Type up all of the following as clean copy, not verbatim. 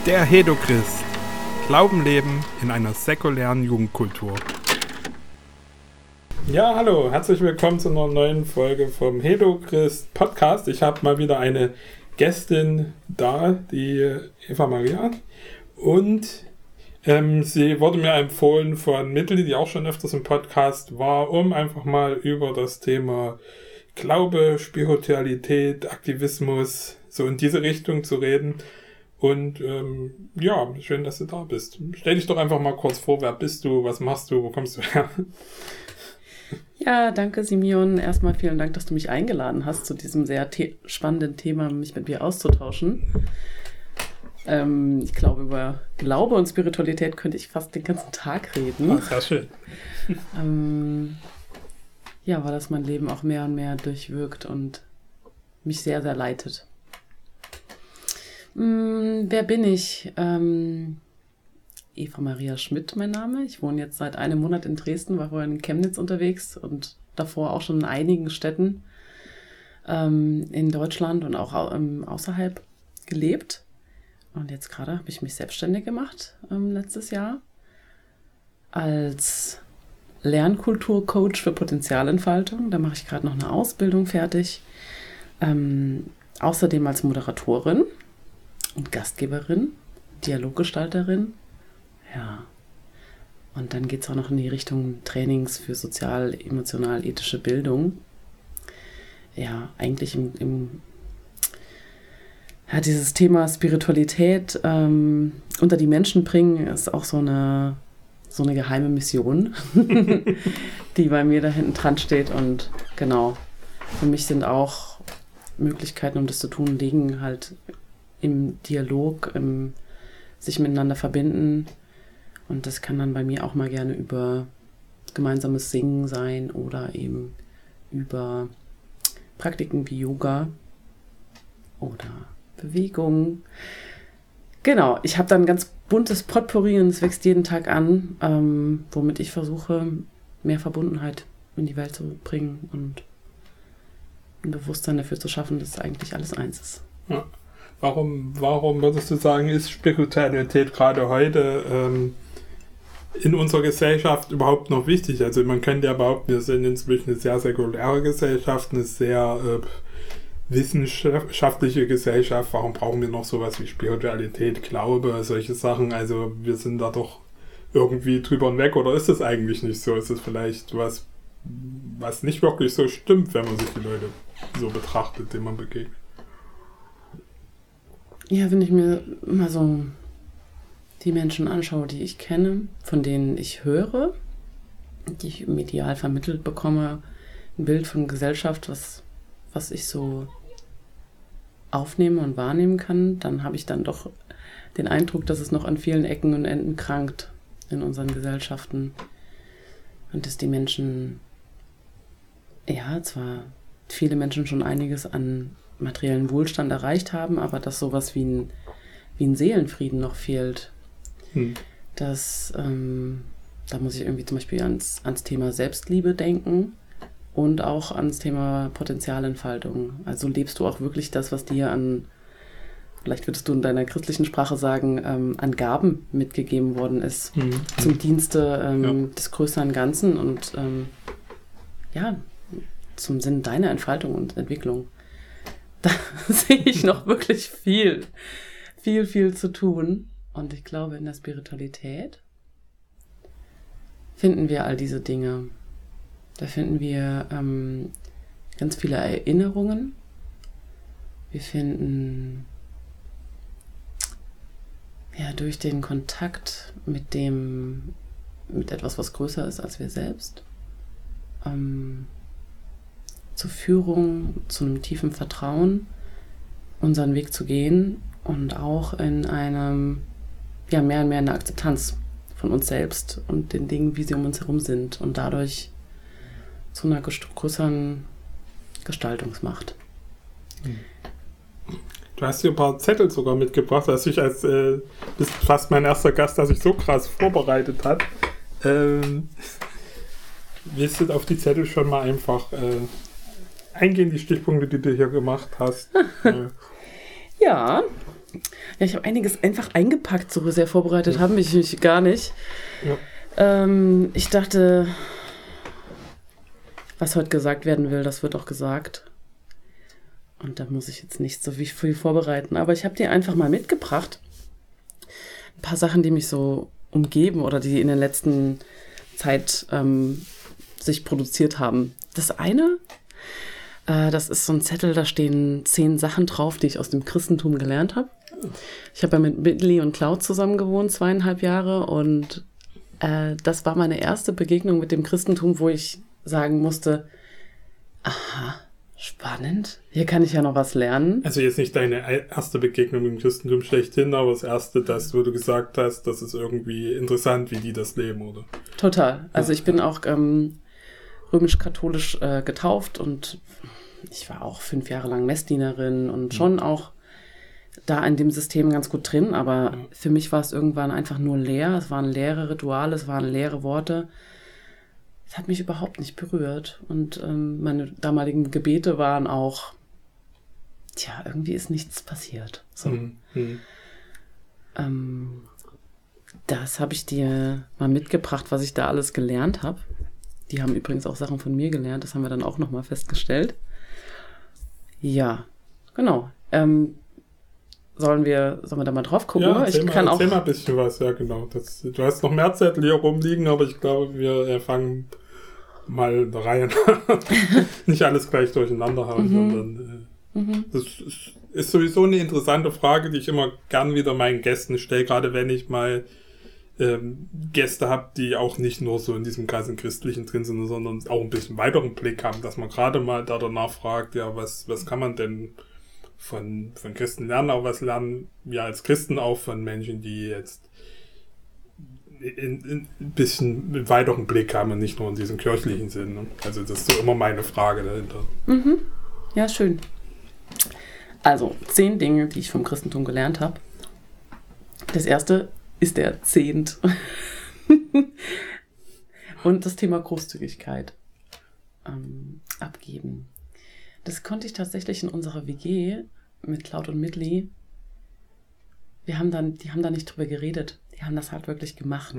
Der Hedochrist. Glauben leben in einer säkulären Jugendkultur. Ja, hallo, herzlich willkommen zu einer neuen Folge vom Hedochrist Podcast. Ich habe mal wieder eine Gästin da, die Eva Maria. Und sie wurde mir empfohlen von Mittel, die auch schon öfters im Podcast war, um einfach mal über das Thema Glaube, Spiritualität, Aktivismus, so in diese Richtung zu reden. Und ja, schön, dass du da bist. Stell dich doch einfach mal kurz vor, wer bist du, was machst du, wo kommst du her? Ja, danke Simeon. Erstmal vielen Dank, dass du mich eingeladen hast, zu diesem sehr spannenden Thema mich mit mir auszutauschen. Ich glaube, über Glaube und Spiritualität könnte ich fast den ganzen Tag reden. Oh, sehr schön. Ja, weil das mein Leben auch mehr und mehr durchwirkt und mich sehr, sehr leitet. Wer bin ich? Eva Maria Schmidt, mein Name. Ich wohne jetzt seit einem Monat in Dresden, war vorher in Chemnitz unterwegs und davor auch schon in einigen Städten in Deutschland und auch außerhalb gelebt. Und jetzt gerade habe ich mich selbstständig gemacht letztes Jahr als Lernkulturcoach für Potenzialentfaltung. Da mache ich gerade noch eine Ausbildung fertig. Außerdem als Moderatorin und Gastgeberin, Dialoggestalterin. Ja. Und dann geht es auch noch in die Richtung Trainings für sozial-emotional-ethische Bildung. Ja, eigentlich dieses Thema Spiritualität unter die Menschen bringen, ist auch so eine geheime Mission, die bei mir da hinten dran steht. Und genau, für mich sind auch Möglichkeiten, um das zu tun, liegen halt im Dialog, im sich miteinander verbinden. Und das kann dann bei mir auch mal gerne über gemeinsames Singen sein oder eben über Praktiken wie Yoga oder Bewegung. Genau, ich habe dann ein ganz buntes Potpourri und es wächst jeden Tag an, womit ich versuche, mehr Verbundenheit in die Welt zu bringen und ein Bewusstsein dafür zu schaffen, dass eigentlich alles eins ist. Ja. Warum würdest du sagen, ist Spiritualität gerade heute in unserer Gesellschaft überhaupt noch wichtig? Also man könnte ja behaupten, wir sind inzwischen eine sehr säkuläre Gesellschaft, eine sehr wissenschaftliche Gesellschaft. Warum brauchen wir noch sowas wie Spiritualität, Glaube, solche Sachen? Also wir sind da doch irgendwie drüber hinweg, oder ist es eigentlich nicht so? Ist es vielleicht was nicht wirklich so stimmt, wenn man sich die Leute so betrachtet, denen man begegnet? Ja, wenn ich mir mal so die Menschen anschaue, die ich kenne, von denen ich höre, die ich medial vermittelt bekomme, ein Bild von Gesellschaft, was ich so aufnehme und wahrnehmen kann, dann habe ich dann doch den Eindruck, dass es noch an vielen Ecken und Enden krankt in unseren Gesellschaften. Und dass die Menschen, ja, zwar viele Menschen schon einiges an materiellen Wohlstand erreicht haben, aber dass sowas wie ein Seelenfrieden noch fehlt. Das, da muss ich irgendwie zum Beispiel ans Thema Selbstliebe denken und auch ans Thema Potenzialentfaltung. Also lebst du auch wirklich das, was dir vielleicht würdest du in deiner christlichen Sprache sagen, an Gaben mitgegeben worden ist, zum Dienste des größeren Ganzen und zum Sinn deiner Entfaltung und Entwicklung. Da sehe ich noch wirklich viel zu tun. Und ich glaube, in der Spiritualität finden wir all diese Dinge. Da finden wir ganz viele Erinnerungen. Wir finden ja durch den Kontakt mit etwas, was größer ist als wir selbst, zur Führung, zu einem tiefen Vertrauen, unseren Weg zu gehen und auch in einem, ja, mehr und mehr in der Akzeptanz von uns selbst und den Dingen, wie sie um uns herum sind und dadurch zu einer größeren Gestaltungsmacht. Du hast hier ein paar Zettel sogar mitgebracht, dass ich bist fast mein erster Gast, der sich so krass vorbereitet hat. Willst du auf die Zettel schon mal einfach eingehen, die Stichpunkte, die du hier gemacht hast? Ja, Ja, ich habe einiges einfach eingepackt, so sehr vorbereitet habe ich mich gar nicht. Ja. Ich dachte, was heute gesagt werden will, das wird auch gesagt. Und da muss ich jetzt nicht so viel vorbereiten. Aber ich habe dir einfach mal mitgebracht. Ein paar Sachen, die mich so umgeben oder die in der letzten Zeit sich produziert haben. Das eine, das ist so ein Zettel, da stehen 10 Sachen drauf, die ich aus dem Christentum gelernt habe. Ich habe ja mit Billy und Cloud zusammen gewohnt, 2,5 Jahre. Und das war meine erste Begegnung mit dem Christentum, wo ich sagen musste, aha, spannend, hier kann ich ja noch was lernen. Also jetzt nicht deine erste Begegnung mit dem Christentum schlechthin, aber das erste, wo du gesagt hast, das ist irgendwie interessant, wie die das leben, oder? Total. Also ich bin auch römisch-katholisch getauft und ich war auch 5 Jahre lang Messdienerin und schon auch da in dem System ganz gut drin, aber für mich war es irgendwann einfach nur leer. Es waren leere Rituale, es waren leere Worte. Es hat mich überhaupt nicht berührt. Und meine damaligen Gebete waren auch, irgendwie ist nichts passiert. So. Das habe ich dir mal mitgebracht, was ich da alles gelernt habe. Die haben übrigens auch Sachen von mir gelernt, das haben wir dann auch nochmal festgestellt. Ja, genau. Sollen wir da mal drauf gucken? Ja, erzähl mal ein bisschen was, ja genau. Du hast noch mehr Zettel hier rumliegen, aber ich glaube, wir fangen mal der Reihe nach. Nicht alles gleich durcheinander haben, sondern das ist sowieso eine interessante Frage, die ich immer gern wieder meinen Gästen stelle, gerade wenn ich mal Gäste habe, die auch nicht nur so in diesem ganzen Christlichen drin sind, sondern auch ein bisschen weiteren Blick haben, dass man gerade mal danach fragt, ja, was kann man denn von Christen lernen, aber was lernen wir als Christen auch von Menschen, die jetzt ein bisschen weiteren Blick haben und nicht nur in diesem kirchlichen Sinn. Ne? Also das ist so immer meine Frage dahinter. Ja, schön. Also 10 Dinge, die ich vom Christentum gelernt habe. Das erste ist der Zehnt. Und das Thema Großzügigkeit abgeben. Das konnte ich tatsächlich in unserer WG mit Cloud und Midley. Die haben da nicht drüber geredet. Die haben das halt wirklich gemacht.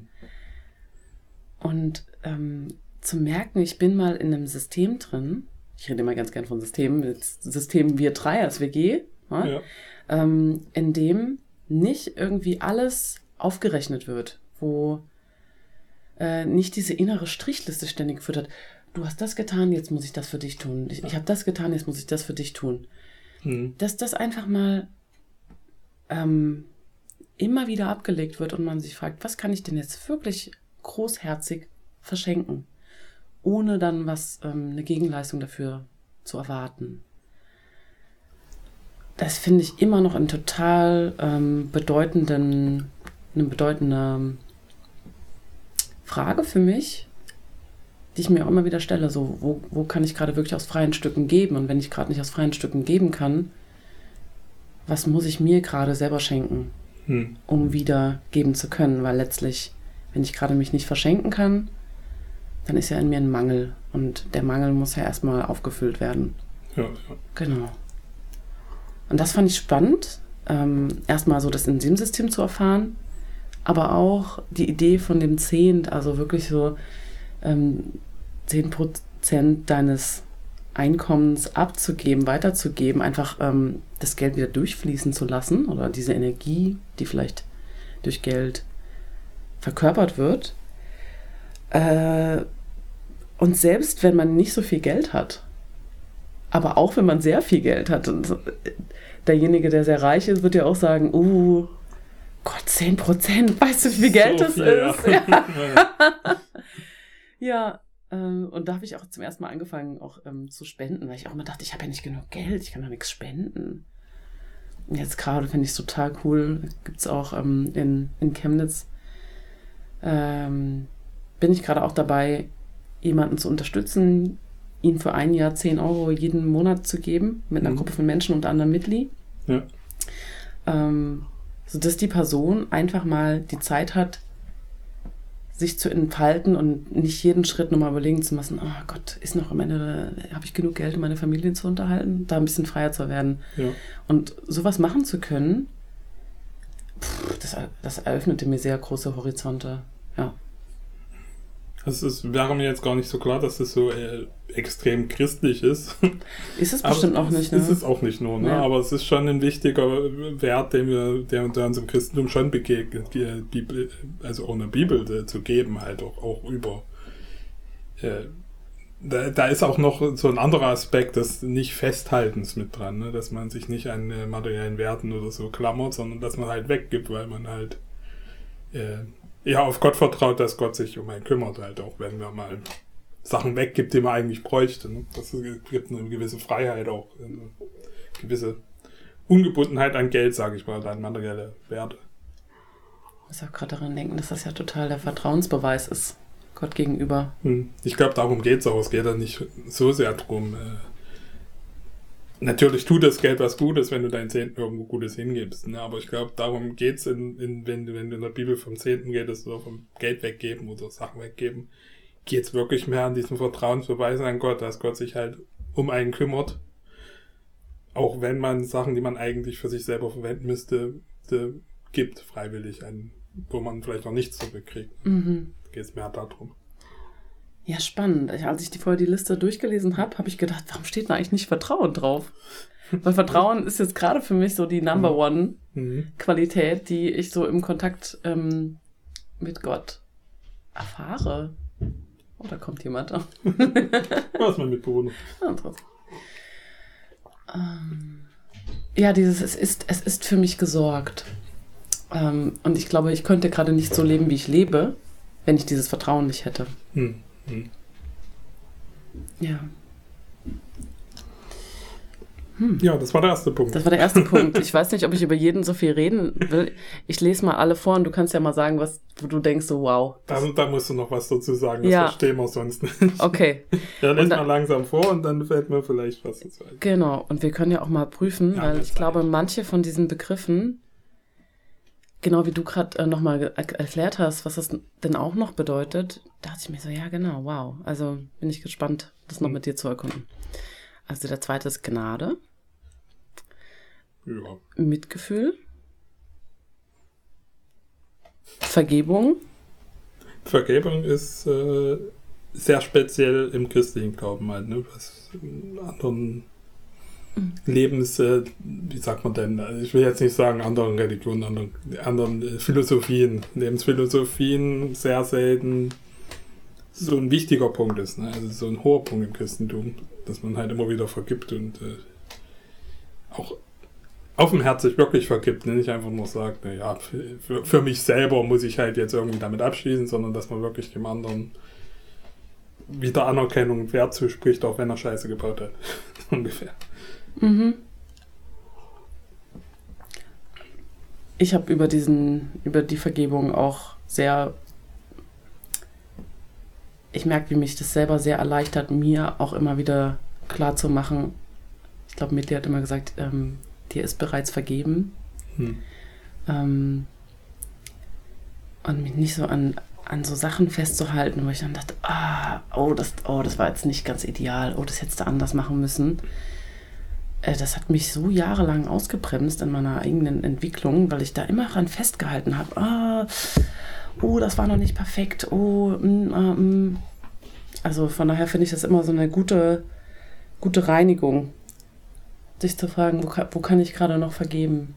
Und zu merken, ich bin mal in einem System drin. Ich rede immer ganz gern von Systemen. System wir 3 als WG. Ja? In dem nicht irgendwie alles aufgerechnet wird. Wo nicht diese innere Strichliste ständig geführt hat. Du hast das getan, jetzt muss ich das für dich tun. Ich habe das getan, jetzt muss ich das für dich tun. Dass das einfach mal immer wieder abgelegt wird und man sich fragt, was kann ich denn jetzt wirklich großherzig verschenken, ohne dann eine Gegenleistung dafür zu erwarten. Das finde ich immer noch eine total bedeutende Frage für mich, die ich mir auch immer wieder stelle, so wo kann ich gerade wirklich aus freien Stücken geben? Und wenn ich gerade nicht aus freien Stücken geben kann, was muss ich mir gerade selber schenken, um wieder geben zu können? Weil letztlich, wenn ich gerade mich nicht verschenken kann, dann ist ja in mir ein Mangel. Und der Mangel muss ja erstmal aufgefüllt werden. Ja. Genau. Und das fand ich spannend, erstmal so das Enzymsystem zu erfahren, aber auch die Idee von dem Zehnt, also wirklich so 10% deines Einkommens abzugeben, weiterzugeben, einfach das Geld wieder durchfließen zu lassen oder diese Energie, die vielleicht durch Geld verkörpert wird. Und selbst wenn man nicht so viel Geld hat, aber auch wenn man sehr viel Geld hat, und derjenige, der sehr reich ist, wird ja auch sagen, Gott, 10%, weißt du, wie viel Geld das ist? Ja, und da habe ich auch zum ersten Mal angefangen, auch zu spenden, weil ich auch immer dachte, ich habe ja nicht genug Geld, ich kann doch nichts spenden. Und jetzt gerade finde ich es total cool, gibt es auch in Chemnitz, bin ich gerade auch dabei, jemanden zu unterstützen, ihn für ein Jahr 10 € jeden Monat zu geben, mit einer Gruppe von Menschen, unter anderem Midley. Ja. Sodass die Person einfach mal die Zeit hat, sich zu entfalten und nicht jeden Schritt nochmal überlegen zu müssen, oh Gott, ist noch am Ende, habe ich genug Geld, um meine Familie zu unterhalten, da ein bisschen freier zu werden. Ja. Und sowas machen zu können, das eröffnete mir sehr große Horizonte. Ja. Wäre mir jetzt gar nicht so klar, dass das so extrem christlich ist. Ist es bestimmt auch nicht, ne? Ist es auch nicht nur, ne? Ja. Aber es ist schon ein wichtiger Wert, der uns im Christentum schon begegnet, also auch eine Bibel zu geben, halt auch über. Da ist auch noch so ein anderer Aspekt des Nicht-Festhaltens mit dran, ne? Dass man sich nicht an materiellen Werten oder so klammert, sondern dass man halt weggibt, weil man halt auf Gott vertraut, dass Gott sich um einen kümmert, halt auch wenn man mal Sachen weggibt, die man eigentlich bräuchte. Ne? Das gibt eine gewisse Freiheit auch, eine gewisse Ungebundenheit an Geld, sage ich mal, an materielle Werte. Ich muss auch gerade daran denken, dass das ja total der Vertrauensbeweis ist, Gott gegenüber. Ich glaube, darum geht es auch. Es geht ja nicht so sehr darum, natürlich tut das Geld was Gutes, wenn du deinen Zehnten irgendwo Gutes hingibst. Ne? Aber ich glaube, darum geht es, wenn du in der Bibel vom Zehnten redest oder vom Geld weggeben oder Sachen weggeben, geht es wirklich mehr an diesen Vertrauensbeweis an Gott, dass Gott sich halt um einen kümmert. Auch wenn man Sachen, die man eigentlich für sich selber verwenden müsste, gibt freiwillig an, wo man vielleicht noch nichts zurückkriegt. Geht es mehr darum. Ja, spannend. Als ich vorher die Liste durchgelesen habe, habe ich gedacht, warum steht da eigentlich nicht Vertrauen drauf? Weil Vertrauen ist jetzt gerade für mich so die Number One Qualität, die ich so im Kontakt mit Gott erfahre. Oh, da kommt jemand. Was mein Mitbewohner. Ja, es ist für mich gesorgt. Und ich glaube, ich könnte gerade nicht so leben, wie ich lebe, wenn ich dieses Vertrauen nicht hätte. Ja. Ja, das war der erste Punkt. Das war der erste Punkt. Ich weiß nicht, ob ich über jeden so viel reden will. Ich lese mal alle vor und du kannst ja mal sagen, wo du denkst, so wow. Da musst du noch was dazu sagen, das verstehen wir sonst nicht. Okay. Ja, lest mal langsam vor und dann fällt mir vielleicht was dazu ein. Genau, und wir können ja auch mal prüfen, weil ich glaube, manche von diesen Begriffen, genau wie du gerade nochmal erklärt hast, was das denn auch noch bedeutet, dachte ich mir so, ja genau, wow. Also bin ich gespannt, das noch mit dir zu erkunden. Also der zweite ist Gnade. Ja. Mitgefühl. Vergebung. Vergebung ist sehr speziell im christlichen Glauben halt, ne? Was in anderen wie sagt man denn? Ich will jetzt nicht sagen anderen Religionen, anderen Philosophien, Lebensphilosophien sehr selten so ein wichtiger Punkt ist, ne? Also so ein hoher Punkt im Christentum, dass man halt immer wieder vergibt und auch offenherzig wirklich vergibt, ne? Nicht einfach nur sagt, naja, für mich selber muss ich halt jetzt irgendwie damit abschließen, sondern dass man wirklich dem anderen wieder Anerkennung und Wert zuspricht, auch wenn er Scheiße gebaut hat. Ungefähr. Ich habe über die Vergebung auch ich merke, wie mich das selber sehr erleichtert, mir auch immer wieder klar zu machen. Ich glaube, Mitli hat immer gesagt, dir ist bereits vergeben. Und mich nicht so an so Sachen festzuhalten, wo ich dann dachte, das war jetzt nicht ganz ideal, das hättest du anders machen müssen. Das hat mich so jahrelang ausgebremst in meiner eigenen Entwicklung, weil ich da immer dran festgehalten habe, das war noch nicht perfekt, Also von daher finde ich das immer so eine gute Reinigung, sich zu fragen, wo kann ich gerade noch vergeben?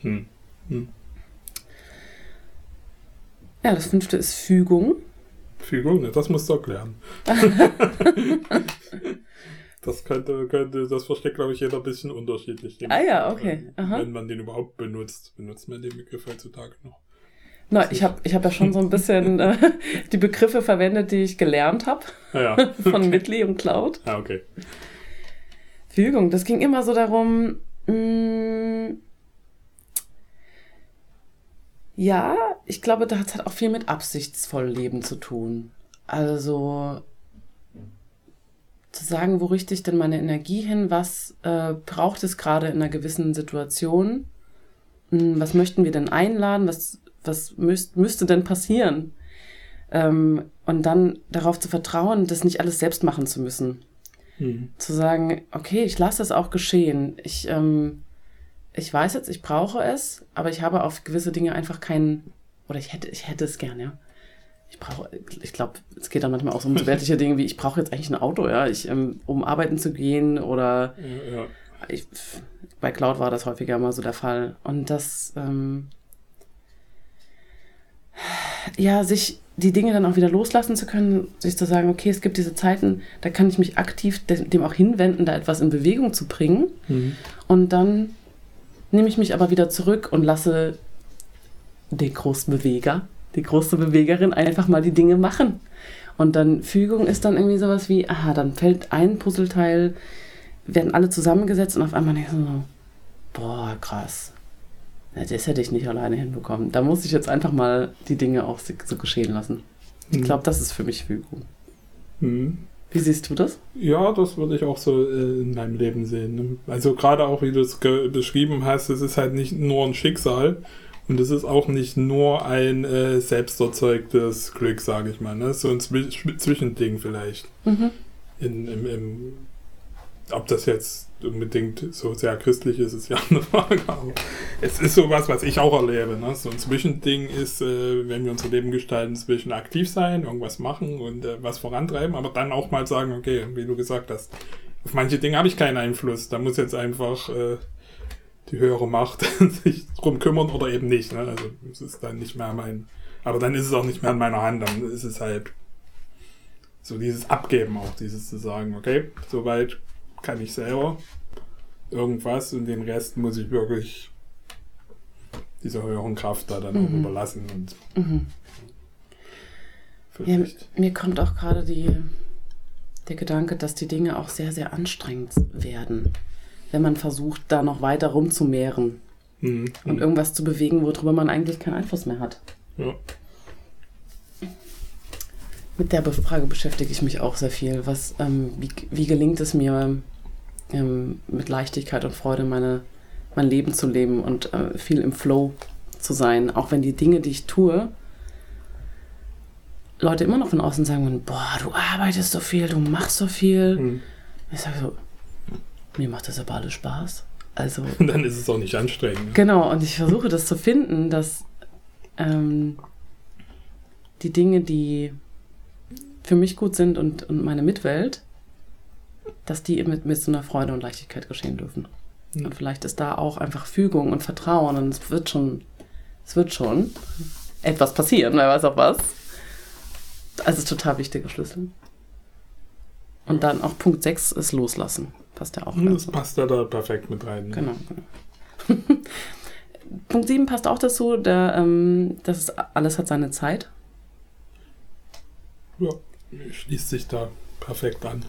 Ja, das 5. ist Fügung. Fügung, ne? Das musst du erklären. Das versteht, glaube ich, jeder ein bisschen unterschiedlich. Ja, okay. Wenn man den überhaupt benutzt man den Begriff heutzutage noch. Na, ich hab ja schon so ein bisschen die Begriffe verwendet, die ich gelernt habe. Von Mitli und Cloud. Okay. Fügung, das ging immer so darum, ja, ich glaube, das hat auch viel mit absichtsvoll Leben zu tun. Also zu sagen, wo richte ich denn meine Energie hin, was braucht es gerade in einer gewissen Situation, was möchten wir denn einladen, was müsste denn passieren, Und dann darauf zu vertrauen, das nicht alles selbst machen zu müssen. Zu sagen, okay, ich lasse es auch geschehen. Ich weiß jetzt, ich brauche es, aber ich habe auf gewisse Dinge einfach keinen, oder ich hätte es gern, ja. Ich glaube, es geht dann manchmal auch so um so wertliche Dinge wie, ich brauche jetzt eigentlich ein Auto, ja, um arbeiten zu gehen oder bei Cloud war das häufiger mal so der Fall. Und das, sich die Dinge dann auch wieder loslassen zu können, sich zu sagen, okay, es gibt diese Zeiten, da kann ich mich aktiv dem auch hinwenden, da etwas in Bewegung zu bringen. Und dann nehme ich mich aber wieder zurück und lasse den großen Beweger, die große Bewegerin einfach mal die Dinge machen. Und dann Fügung ist dann irgendwie sowas wie, dann fällt ein Puzzleteil, werden alle zusammengesetzt und auf einmal denkst du so, boah, krass. Das hätte ich nicht alleine hinbekommen. Da muss ich jetzt einfach mal die Dinge auch so geschehen lassen. Ich glaube, das ist für mich Fügung. Wie siehst du das? Ja, das würde ich auch so in meinem Leben sehen. Ne? Also gerade auch, wie du es beschrieben hast, es ist halt nicht nur ein Schicksal und es ist auch nicht nur ein selbsterzeugtes Glück, sage ich mal. Ne? So ein Zwischending vielleicht. Ob das jetzt unbedingt so sehr christlich ist, ist ja eine Frage, aber es ist sowas, was ich auch erlebe. Ne? So ein Zwischending ist, wenn wir unser Leben gestalten, zwischen aktiv sein, irgendwas machen und was vorantreiben, aber dann auch mal sagen, okay, wie du gesagt hast, auf manche Dinge habe ich keinen Einfluss, da muss jetzt einfach die höhere Macht sich drum kümmern oder eben nicht. Ne? Also es ist dann nicht mehr aber dann ist es auch nicht mehr in meiner Hand, dann ist es halt so dieses Abgeben auch, dieses zu sagen, okay, soweit kann ich selber irgendwas und den Rest muss ich wirklich dieser höheren Kraft da dann auch überlassen. Und mir kommt auch gerade der Gedanke, dass die Dinge auch sehr, sehr anstrengend werden, wenn man versucht, da noch weiter rumzumehren und irgendwas zu bewegen, worüber man eigentlich keinen Einfluss mehr hat. Ja. Mit der Frage beschäftige ich mich auch sehr viel. Wie gelingt es mir, mit Leichtigkeit und Freude mein Leben zu leben und viel im Flow zu sein, auch wenn die Dinge, die ich tue, Leute immer noch von außen sagen, boah, du arbeitest so viel, du machst so viel. Ich sage so, mir macht das aber alles Spaß. Also, und dann ist es auch nicht anstrengend. Genau, und ich versuche das zu finden, dass die Dinge, die für mich gut sind und meine Mitwelt, dass die mit so einer Freude und Leichtigkeit geschehen dürfen. Und vielleicht ist da auch einfach Fügung und Vertrauen und es wird schon etwas passieren, wer weiß auch was. Also ist total wichtiger Schlüssel. Und dann auch Punkt 6 ist Loslassen. Passt ja auch. Das passt ja da perfekt mit rein. Ne? Genau. Punkt 7 passt auch dazu, dass alles hat seine Zeit. Ja, schließt sich da perfekt an.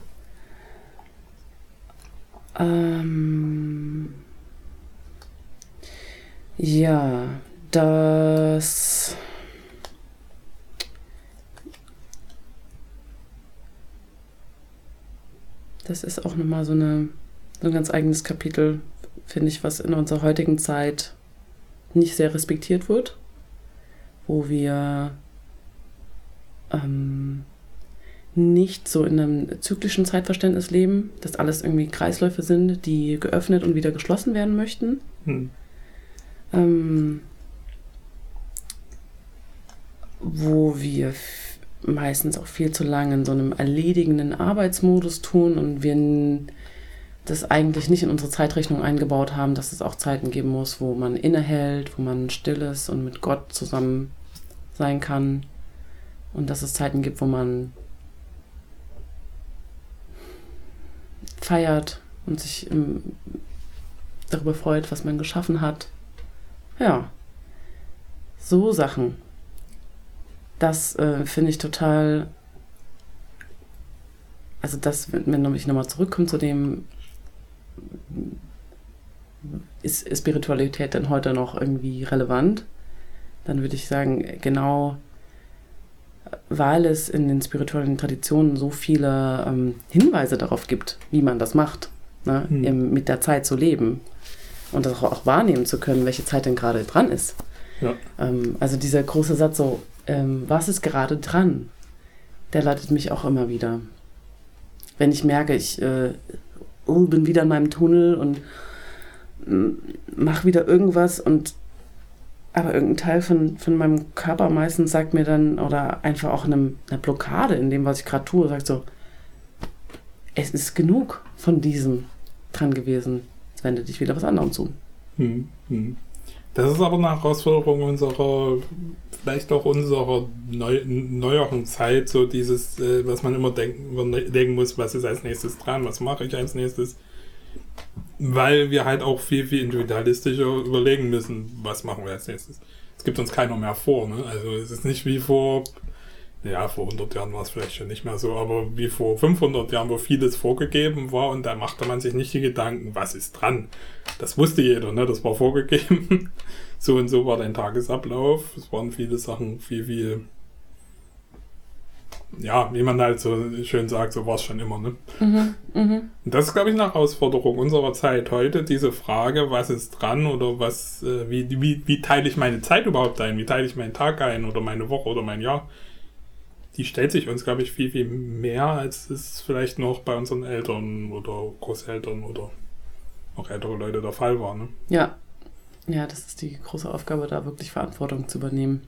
Ja, das ist auch nochmal so ein ganz eigenes Kapitel, finde ich, was in unserer heutigen Zeit nicht sehr respektiert wird, wo wir nicht so in einem zyklischen Zeitverständnis leben, dass alles irgendwie Kreisläufe sind, die geöffnet und wieder geschlossen werden möchten. Wo wir meistens auch viel zu lange in so einem erledigenden Arbeitsmodus tun und wir das eigentlich nicht in unsere Zeitrechnung eingebaut haben, dass es auch Zeiten geben muss, wo man innehält, wo man still ist und mit Gott zusammen sein kann und dass es Zeiten gibt, wo man feiert und sich darüber freut, was man geschaffen hat. Ja, so Sachen. Das finde ich total, also das, wenn ich nochmal zurückkomme zu dem, ist Spiritualität denn heute noch irgendwie relevant? Dann würde ich sagen, genau, weil es in den spirituellen Traditionen so viele Hinweise darauf gibt, wie man das macht, ne? Mit der Zeit zu leben und das auch wahrnehmen zu können, welche Zeit denn gerade dran ist. Ja. Also dieser große Satz so, was ist gerade dran? Der leitet mich auch immer wieder. Wenn ich merke, ich bin wieder in meinem Tunnel und mache wieder irgendwas aber irgendein Teil von meinem Körper meistens sagt mir dann, oder einfach auch eine Blockade in dem, was ich gerade tue, sagt so, es ist genug von diesem dran gewesen. Jetzt wende dich wieder was anderem zu. Das ist aber eine Herausforderung vielleicht auch unserer neueren Zeit, so dieses, was man immer denken muss, was ist als nächstes dran, was mache ich als nächstes, weil wir halt auch viel, viel individualistischer überlegen müssen, was machen wir als nächstes. Es gibt uns keiner mehr vor, ne? Also es ist nicht wie vor 100 Jahren war es vielleicht schon nicht mehr so, aber wie vor 500 Jahren, wo vieles vorgegeben war und da machte man sich nicht die Gedanken, was ist dran. Das wusste jeder, ne? Das war vorgegeben. So und so war dein Tagesablauf. Es waren viele Sachen viel, wie man halt so schön sagt, so war es schon immer, ne? Und das ist, glaube ich, eine Herausforderung unserer Zeit heute, diese Frage, was ist dran oder wie teile ich meine Zeit überhaupt ein? Wie teile ich meinen Tag ein oder meine Woche oder mein Jahr? Die stellt sich uns, glaube ich, viel, viel mehr, als es vielleicht noch bei unseren Eltern oder Großeltern oder auch ältere Leute der Fall war. Ne? Ja, das ist die große Aufgabe, da wirklich Verantwortung zu übernehmen.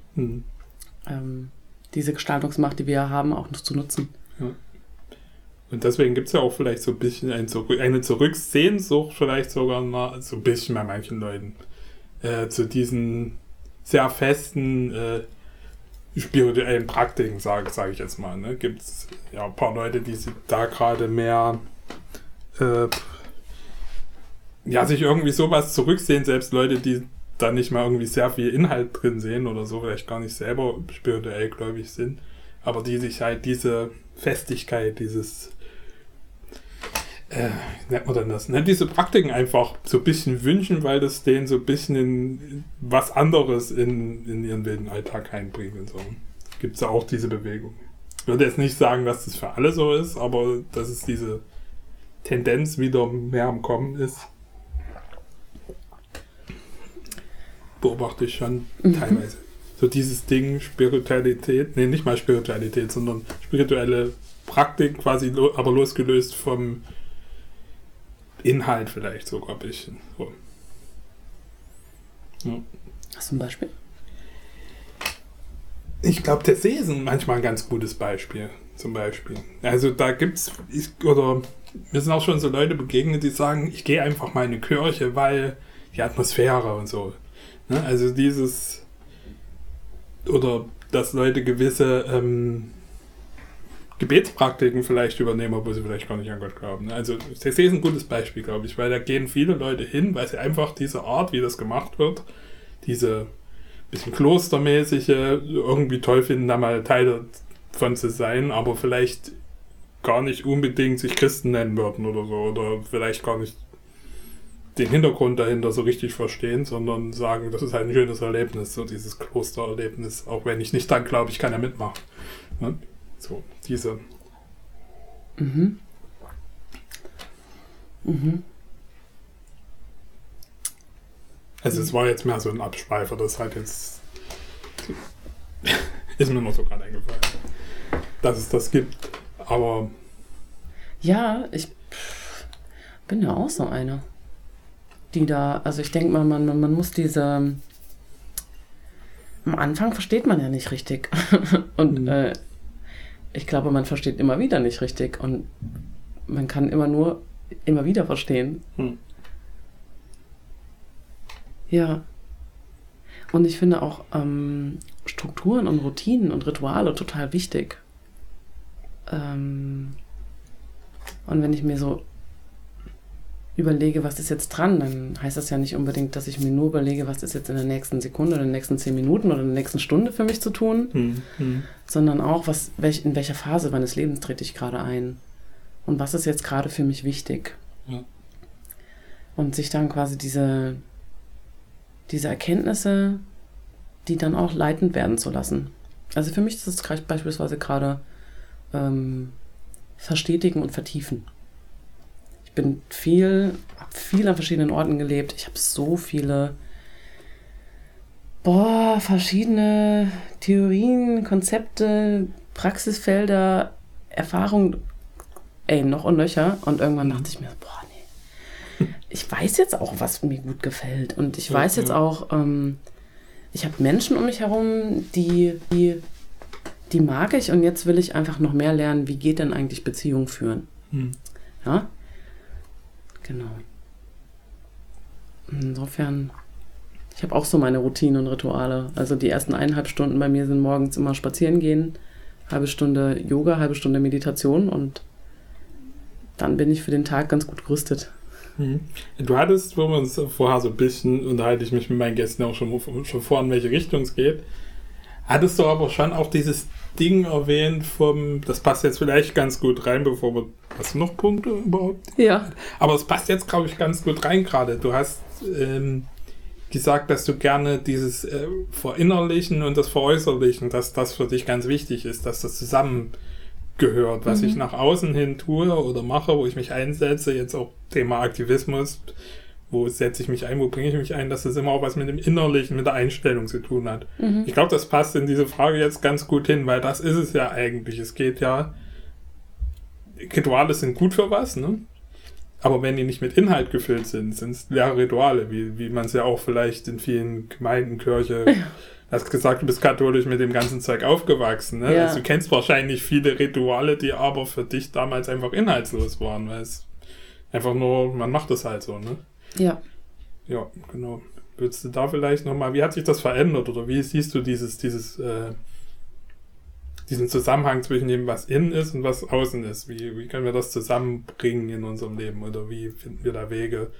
Diese Gestaltungsmacht, die wir haben, auch noch zu nutzen. Ja. Und deswegen gibt es ja auch vielleicht so ein bisschen eine Zurücksehnsucht, vielleicht sogar so ein bisschen bei manchen Leuten, zu diesen sehr festen spirituellen Praktiken, sage ich jetzt mal. Ne? Gibt es ja ein paar Leute, die sich da gerade mehr sich irgendwie sowas zurücksehen, selbst Leute, die da nicht mal irgendwie sehr viel Inhalt drin sehen oder so, vielleicht gar nicht selber spirituell gläubig sind, aber die sich halt diese Festigkeit, dieses wie nennt man denn das? Ne? Diese Praktiken einfach so ein bisschen wünschen, weil das denen so ein bisschen in was anderes in ihren wilden Alltag einbringt und so. Gibt es ja auch diese Bewegung. Ich würde jetzt nicht sagen, dass das für alle so ist, aber dass es diese Tendenz wieder mehr am Kommen ist, beobachte ich schon teilweise. So dieses Ding Spiritualität, nicht mal Spiritualität, sondern spirituelle Praktik quasi, aber losgelöst vom Inhalt vielleicht sogar ein bisschen. So. Ja. Hast du ein Beispiel? Ich glaube, der See ist manchmal ein ganz gutes Beispiel, zum Beispiel. Also da gibt's, mir sind auch schon so Leute begegnet, die sagen, ich gehe einfach mal in eine Kirche, weil die Atmosphäre und so. Ne? Also oder dass Leute gewisse Gebetspraktiken vielleicht übernehmen, obwohl sie vielleicht gar nicht an Gott glauben. Ne? Also der See ist ein gutes Beispiel, glaube ich, weil da gehen viele Leute hin, weil sie einfach diese Art, wie das gemacht wird, diese bisschen klostermäßige, irgendwie toll finden, da mal Teil davon zu sein, aber vielleicht gar nicht unbedingt sich Christen nennen würden oder so, oder vielleicht gar nicht den Hintergrund dahinter so richtig verstehen, sondern sagen, das ist halt ein schönes Erlebnis, so dieses Klostererlebnis, auch wenn ich nicht dran glaube, ich kann ja mitmachen. Ne? So, diese. Also es war jetzt mehr so ein Abschweifer, das halt jetzt ist mir noch so gerade eingefallen, dass es das gibt, aber ja, ich bin ja auch so eine, die da, also ich denke mal, man muss am Anfang versteht man ja nicht richtig und ich glaube, man versteht immer wieder nicht richtig und man kann immer wieder verstehen. Ja. Und ich finde auch Strukturen und Routinen und Rituale total wichtig. Und wenn ich mir so überlege, was ist jetzt dran, dann heißt das ja nicht unbedingt, dass ich mir nur überlege, was ist jetzt in der nächsten Sekunde oder in den nächsten 10 Minuten oder in der nächsten Stunde für mich zu tun, sondern auch, in welcher Phase meines Lebens trete ich gerade ein und was ist jetzt gerade für mich wichtig. Ja. Und sich dann quasi diese Erkenntnisse, die dann auch leitend werden zu lassen. Also für mich ist es beispielsweise gerade verstetigen und vertiefen. Ich bin viel an verschiedenen Orten gelebt. Ich habe so viele verschiedene Theorien, Konzepte, Praxisfelder, Erfahrungen, noch und nöcher. Und irgendwann dachte ich mir, ich weiß jetzt auch, was mir gut gefällt. Und ich weiß jetzt auch, ich habe Menschen um mich herum, die mag ich. Und jetzt will ich einfach noch mehr lernen, wie geht denn eigentlich Beziehung führen. Ja, genau. Insofern, ich habe auch so meine Routinen und Rituale. Also die ersten 1,5 Stunden bei mir sind morgens immer spazieren gehen, halbe Stunde Yoga, halbe Stunde Meditation und dann bin ich für den Tag ganz gut gerüstet. Du hattest, wo wir uns vorher so ein bisschen unterhalte ich mich mit meinen Gästen auch schon vor, in welche Richtung es geht, hattest du aber schon auch dieses Ding erwähnt das passt jetzt vielleicht ganz gut rein, hast du noch Punkte überhaupt? Ja. Aber es passt jetzt, glaube ich, ganz gut rein gerade. Du hast gesagt, dass du gerne dieses Verinnerlichen und das Veräußerlichen, dass das für dich ganz wichtig ist, dass das zusammengehört, was ich nach außen hin tue oder mache, wo ich mich einsetze, jetzt auch Thema Aktivismus, wo setze ich mich ein, wo bringe ich mich ein, dass das immer auch was mit dem Innerlichen, mit der Einstellung zu tun hat. Ich glaube, das passt in diese Frage jetzt ganz gut hin, weil das ist es ja eigentlich. Es geht ja, Rituale sind gut für was, ne? Aber wenn die nicht mit Inhalt gefüllt sind, sind es leere Rituale, wie man es ja auch vielleicht in vielen Gemeinden, Kirche, du hast gesagt, du bist katholisch mit dem ganzen Zeug aufgewachsen. Ne? Ja. Also du kennst wahrscheinlich viele Rituale, die aber für dich damals einfach inhaltslos waren, weil es einfach nur, man macht es halt so, ne? Ja. Ja, genau. Würdest du da vielleicht nochmal, wie hat sich das verändert oder wie siehst du diesen Zusammenhang zwischen dem, was innen ist und was außen ist? Wie können wir das zusammenbringen in unserem Leben oder wie finden wir da Wege?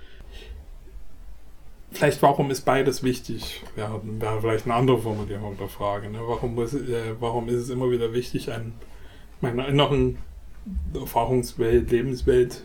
Vielleicht, warum ist beides wichtig? Wäre vielleicht eine andere Formulierung der Frage. Ne? Warum ist es immer wieder wichtig, an meiner inneren Erfahrungswelt, Lebenswelt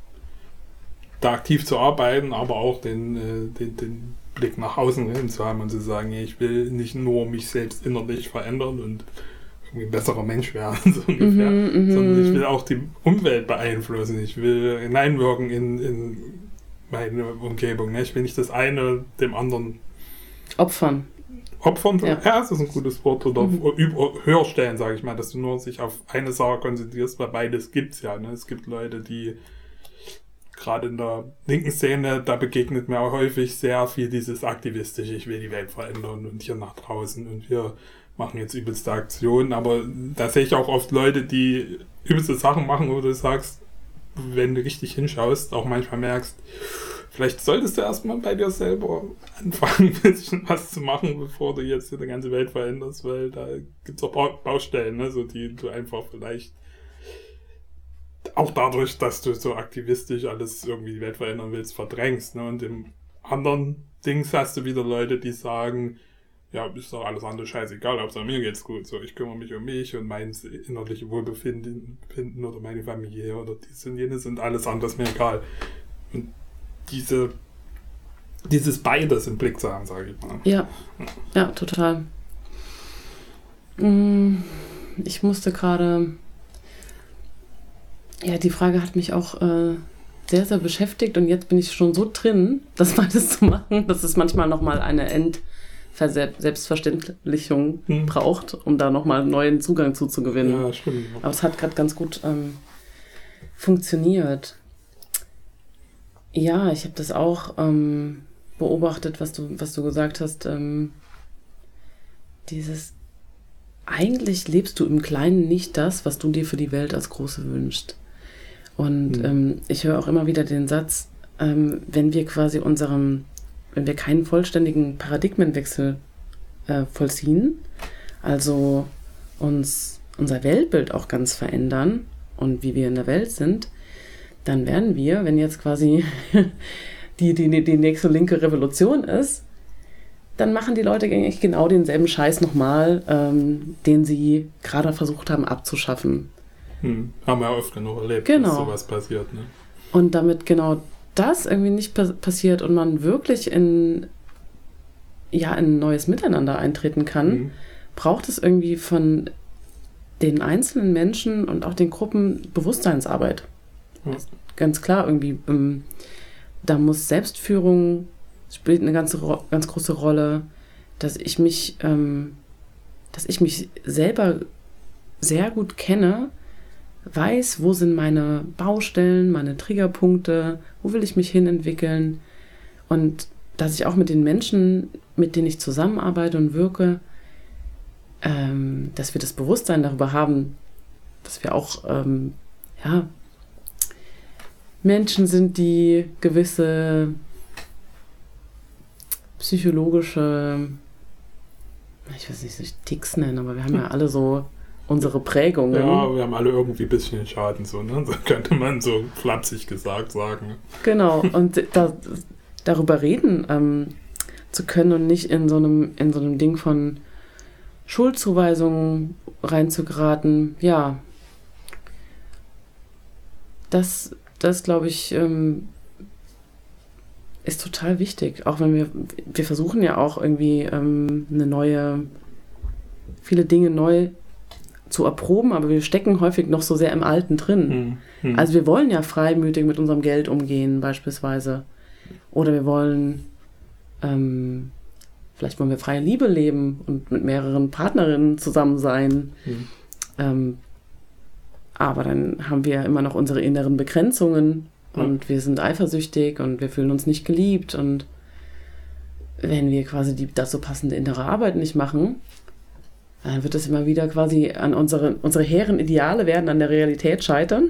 da aktiv zu arbeiten, aber auch den Blick nach außen hin zu haben und zu sagen, ich will nicht nur mich selbst innerlich verändern und irgendwie ein besserer Mensch werden, so ungefähr, sondern ich will auch die Umwelt beeinflussen. Ich will hineinwirken in meine Umgebung. Ne? Ich will nicht das eine dem anderen Opfern, ja, das ist ein gutes Wort. Oder höher stellen, sage ich mal, dass du nur sich auf eine Sache konzentrierst, weil beides gibt's ja. Ne? Es gibt Leute, die gerade in der linken Szene, da begegnet mir auch häufig sehr viel dieses aktivistische, ich will die Welt verändern und hier nach draußen und wir machen jetzt übelste Aktionen, aber da sehe ich auch oft Leute, die übelste Sachen machen, wo du sagst, wenn du richtig hinschaust, auch manchmal merkst, vielleicht solltest du erstmal bei dir selber anfangen, ein bisschen was zu machen, bevor du jetzt die ganze Welt veränderst, weil da gibt es auch Baustellen, ne, so die du einfach vielleicht auch dadurch, dass du so aktivistisch alles irgendwie die Welt verändern willst, verdrängst. Ne? Und im anderen Dings hast du wieder Leute, die sagen, ja, ist doch alles andere scheißegal, Hauptsache mir geht's gut. So, ich kümmere mich um mich und mein innerliche Wohlbefinden oder meine Familie oder dies und jenes und alles andere ist mir egal. Und dieses beides im Blick zu haben, sage ich mal. Ja, total. Ich musste gerade... Ja, die Frage hat mich auch sehr, sehr beschäftigt und jetzt bin ich schon so drin, das beides zu machen, dass es manchmal nochmal eine Selbstverständlichung braucht, um da nochmal einen neuen Zugang zuzugewinnen. Ja, stimmt. Aber es hat gerade ganz gut funktioniert. Ja, ich habe das auch beobachtet, was du gesagt hast. Eigentlich lebst du im Kleinen nicht das, was du dir für die Welt als Große wünschst. Und ich höre auch immer wieder den Satz, wenn wir quasi wenn wir keinen vollständigen Paradigmenwechsel vollziehen, also uns unser Weltbild auch ganz verändern und wie wir in der Welt sind, dann werden wir, wenn jetzt quasi die nächste linke Revolution ist, dann machen die Leute eigentlich genau denselben Scheiß nochmal, den sie gerade versucht haben abzuschaffen. Haben wir ja oft genug erlebt, dass sowas passiert. Ne? Und damit genau das irgendwie nicht passiert und man wirklich in ein neues Miteinander eintreten kann, braucht es irgendwie von den einzelnen Menschen und auch den Gruppen Bewusstseinsarbeit. Ja. Ganz klar, irgendwie, da muss Selbstführung spielt eine ganz große Rolle. dass ich mich selber sehr gut kenne, weiß, wo sind meine Baustellen, meine Triggerpunkte, wo will ich mich hinentwickeln und dass ich auch mit den Menschen, mit denen ich zusammenarbeite und wirke, dass wir das Bewusstsein darüber haben, dass wir auch Menschen sind, die gewisse psychologische, ich weiß nicht, Ticks nennen, aber wir haben ja alle so unsere Prägungen. Ja, wir haben alle irgendwie ein bisschen Schaden, so, ne? So könnte man so flapsig gesagt sagen. Genau, und darüber reden zu können und nicht in so einem Ding von Schuldzuweisungen reinzugeraten, ja, das glaube ich, ist total wichtig. Auch wenn wir versuchen ja auch irgendwie viele Dinge neu zu erproben, aber wir stecken häufig noch so sehr im Alten drin. Also wir wollen ja freimütig mit unserem Geld umgehen beispielsweise. Oder wir wollen, vielleicht wollen wir freie Liebe leben und mit mehreren Partnerinnen zusammen sein. Aber dann haben wir ja immer noch unsere inneren Begrenzungen und wir sind eifersüchtig und wir fühlen uns nicht geliebt. Und wenn wir quasi die dazu passende innere Arbeit nicht machen, dann wird es immer wieder quasi an unsere hehren Ideale werden an der Realität scheitern.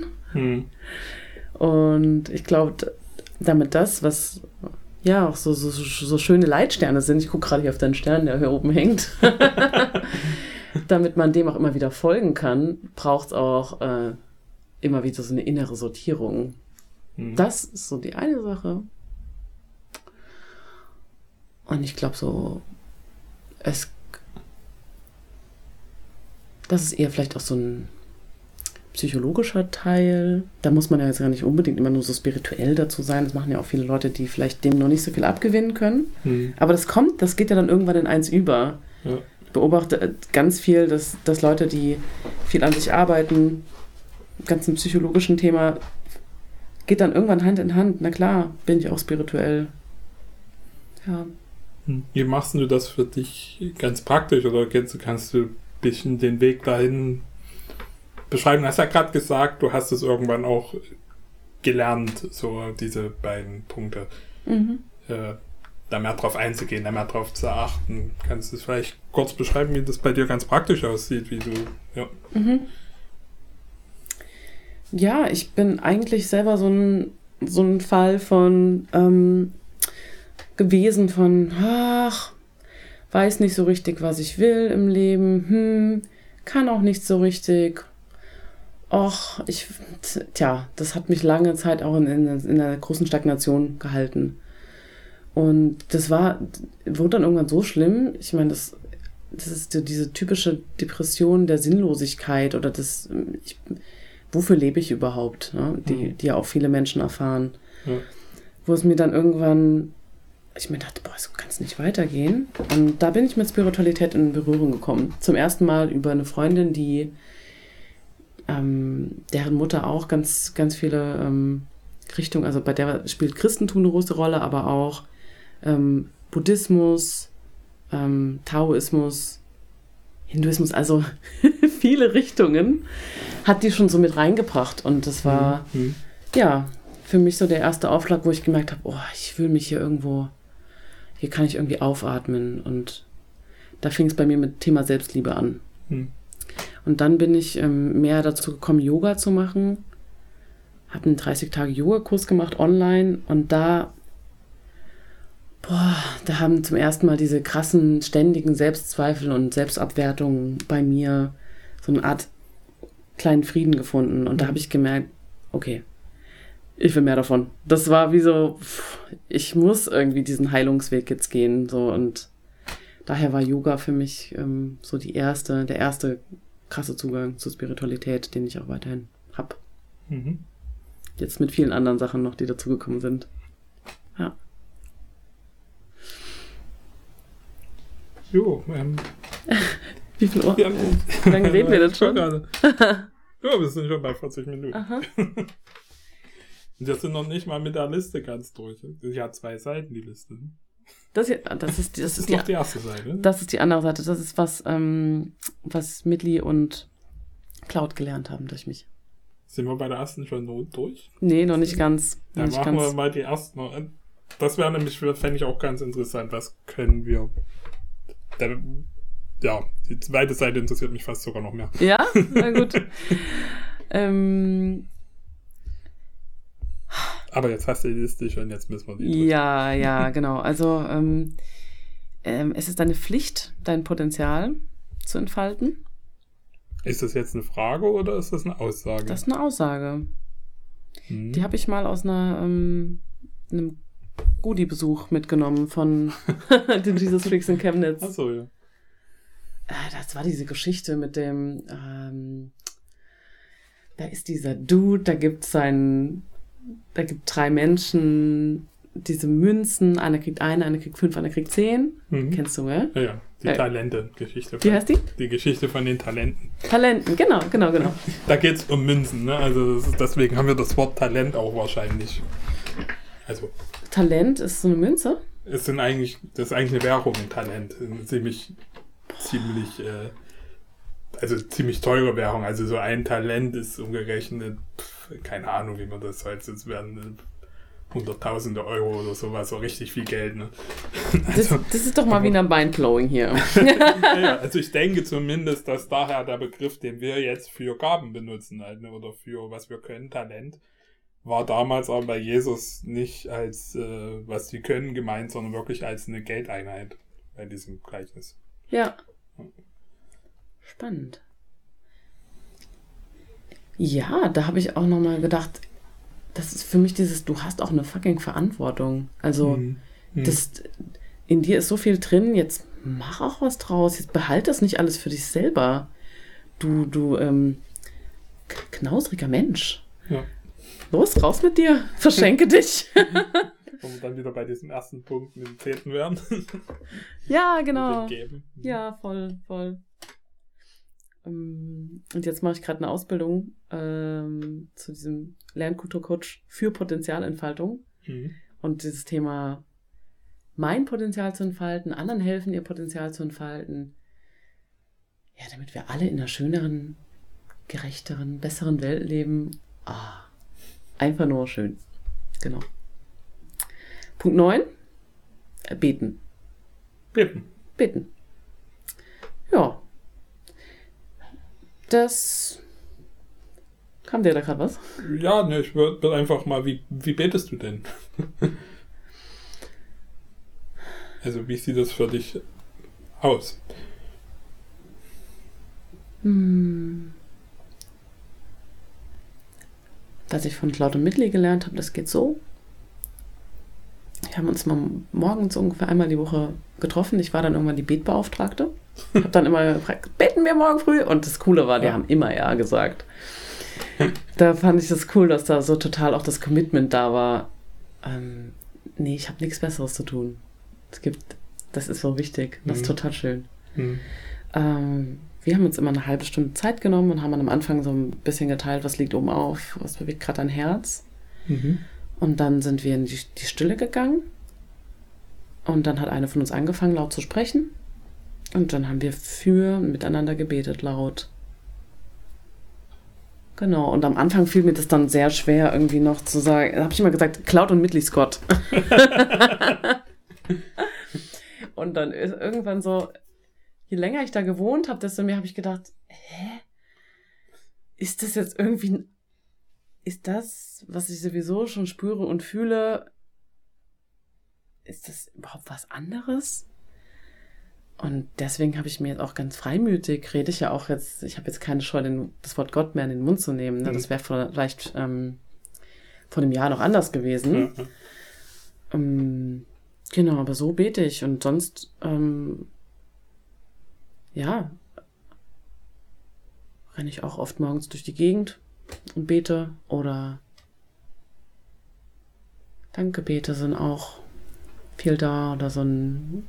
Und ich glaube, damit das, was ja auch so schöne Leitsterne sind, ich gucke gerade hier auf deinen Stern, der hier oben hängt, damit man dem auch immer wieder folgen kann, braucht es auch immer wieder so eine innere Sortierung. Das ist so die eine Sache. Und ich glaube das ist eher vielleicht auch so ein psychologischer Teil. Da muss man ja jetzt gar nicht unbedingt immer nur so spirituell dazu sein. Das machen ja auch viele Leute, die vielleicht dem noch nicht so viel abgewinnen können. Aber das geht ja dann irgendwann in eins über. Ja. Ich beobachte ganz viel, dass Leute, die viel an sich arbeiten, ganzen psychologischen Thema, geht dann irgendwann Hand in Hand. Na klar, bin ich auch spirituell. Ja. Wie machst du das für dich ganz praktisch? Oder kannst du ein bisschen den Weg dahin beschreiben? Du hast ja gerade gesagt, du hast es irgendwann auch gelernt, so diese beiden Punkte. Da mehr drauf einzugehen, da mehr drauf zu achten. Kannst du es vielleicht kurz beschreiben, wie das bei dir ganz praktisch aussieht, wie du, ja. Ja, ich bin eigentlich selber so ein Fall von gewesen von, weiß nicht so richtig, was ich will im Leben, kann auch nicht so richtig. Das hat mich lange Zeit auch in einer großen Stagnation gehalten. Und das wurde dann irgendwann so schlimm. Ich meine, das ist diese typische Depression der Sinnlosigkeit oder wofür lebe ich überhaupt, ne? Die ja auch viele Menschen erfahren. Ja. Wo es mir dann irgendwann, ich mir dachte, so kann es nicht weitergehen. Und da bin ich mit Spiritualität in Berührung gekommen. Zum ersten Mal über eine Freundin, deren Mutter auch ganz, ganz viele Richtungen, also bei der spielt Christentum eine große Rolle, aber auch Buddhismus, Taoismus, Hinduismus, also viele Richtungen hat die schon so mit reingebracht. Und das war, für mich so der erste Aufschlag, wo ich gemerkt habe, ich fühle mich hier irgendwo, hier kann ich irgendwie aufatmen. Und da fing es bei mir mit Thema Selbstliebe an. Und dann bin ich mehr dazu gekommen, Yoga zu machen. Habe einen 30-Tage-Yoga-Kurs gemacht online und da haben zum ersten Mal diese krassen, ständigen Selbstzweifel und Selbstabwertungen bei mir so eine Art kleinen Frieden gefunden. Und da habe ich gemerkt, okay, ich will mehr davon. Das war wie so, ich muss irgendwie diesen Heilungsweg jetzt gehen. So, und daher war Yoga für mich so der erste krasse Zugang zur Spiritualität, den ich auch weiterhin habe. Jetzt mit vielen anderen Sachen noch, die dazugekommen sind. Ja. Jo, wie viel Uhr? Wie lange reden wir denn schon? Ja, wir sind schon bei 40 Minuten. Aha. Und wir sind noch nicht mal mit der Liste ganz durch. Sie hat 2 Seiten, die Liste. Das ist noch die erste Seite. Das ist die andere Seite. Das ist was Midley und Cloud gelernt haben durch mich. Sind wir bei der ersten schon durch? Nee, noch nicht ganz. Dann machen wir mal die ersten. Das wäre nämlich, fände ich auch ganz interessant. Was können wir... Ja, die zweite Seite interessiert mich fast sogar noch mehr. Ja? Na gut. Aber jetzt hast du die Liste schon, jetzt müssen wir die drücken. Ja, genau. Also es ist deine Pflicht, dein Potenzial zu entfalten. Ist das jetzt eine Frage oder ist das eine Aussage? Das ist eine Aussage. Die habe ich mal aus einem Goodie-Besuch mitgenommen von den Jesus Freaks in Chemnitz. Ach so, ja. Das war diese Geschichte mit dem, da ist dieser Dude, da gibt 3 Menschen diese Münzen, einer kriegt 1, einer kriegt 5, einer kriegt 10. Kennst du, gell? Ja, die Talente-Geschichte. Wie heißt die? Die Geschichte von den Talenten. Talenten, genau. Da geht es um Münzen, ne? Also deswegen haben wir das Wort Talent auch wahrscheinlich. Also Talent ist so eine Münze? Das ist eigentlich eine Währung, ein Talent. Ziemlich teure Währung. Also so ein Talent ist umgerechnet, keine Ahnung, wie man das heute, es werden Hunderttausende Euro oder sowas, so richtig viel Geld. Ne? Also, das ist doch mal wieder Mindblowing hier. Ja, also ich denke zumindest, dass daher der Begriff, den wir jetzt für Gaben benutzen, halt, ne, oder für was wir können, Talent, war damals aber bei Jesus nicht als was sie können gemeint, sondern wirklich als eine Geldeinheit bei diesem Gleichnis. Ja. Spannend. Ja, da habe ich auch nochmal gedacht, das ist für mich du hast auch eine fucking Verantwortung. Also, in dir ist so viel drin, jetzt mach auch was draus, jetzt behalt das nicht alles für dich selber. Du knausriger Mensch. Ja. Los, raus mit dir, verschenke dich. Wo wir dann wieder bei diesem ersten Punkt mit dem 10. werden. Ja, genau. Mit dem Geben. Ja, voll. Und jetzt mache ich gerade eine Ausbildung zu diesem Lernkulturcoach für Potenzialentfaltung. Und dieses Thema, mein Potenzial zu entfalten, anderen helfen, ihr Potenzial zu entfalten. Ja, damit wir alle in einer schöneren, gerechteren, besseren Welt leben. Einfach nur schön. Genau. Punkt 9. Beten. Beten. Ja. Das... Kam dir da gerade was? Ja, ne, ich würde einfach mal, wie betest du denn? Also, wie sieht das für dich aus? Was ich von Cloud und Midley gelernt habe, das geht so. Wir haben uns mal morgens ungefähr einmal die Woche getroffen. Ich war dann irgendwann die Betbeauftragte. Habe dann immer gefragt, beten wir morgen früh? Und das Coole war, die haben immer ja gesagt. Da fand ich das cool, dass da so total auch das Commitment da war. Nee, ich habe nichts Besseres zu tun. Das ist so wichtig. Das ist total schön. Wir haben uns immer eine halbe Stunde Zeit genommen und haben dann am Anfang so ein bisschen geteilt, was liegt oben auf, was bewegt gerade dein Herz. Und dann sind wir in die Stille gegangen. Und dann hat eine von uns angefangen, laut zu sprechen. Und dann haben wir miteinander gebetet, laut. Genau, und am Anfang fiel mir das dann sehr schwer, irgendwie noch zu sagen, da habe ich immer gesagt, Cloud und Midley Scott. Und dann ist irgendwann so, je länger ich da gewohnt habe, desto mehr habe ich gedacht, ist das jetzt irgendwie, ist das, was ich sowieso schon spüre und fühle, ist das überhaupt was anderes? Und deswegen habe ich mir jetzt auch ganz freimütig, rede ich ja auch jetzt, ich habe jetzt keine Scheu, das Wort Gott mehr in den Mund zu nehmen. Ne? Das wäre vielleicht vor einem Jahr noch anders gewesen. Genau, aber so bete ich. Und sonst, renne ich auch oft morgens durch die Gegend und bete. Oder Dankgebete sind auch viel da. Oder so ein...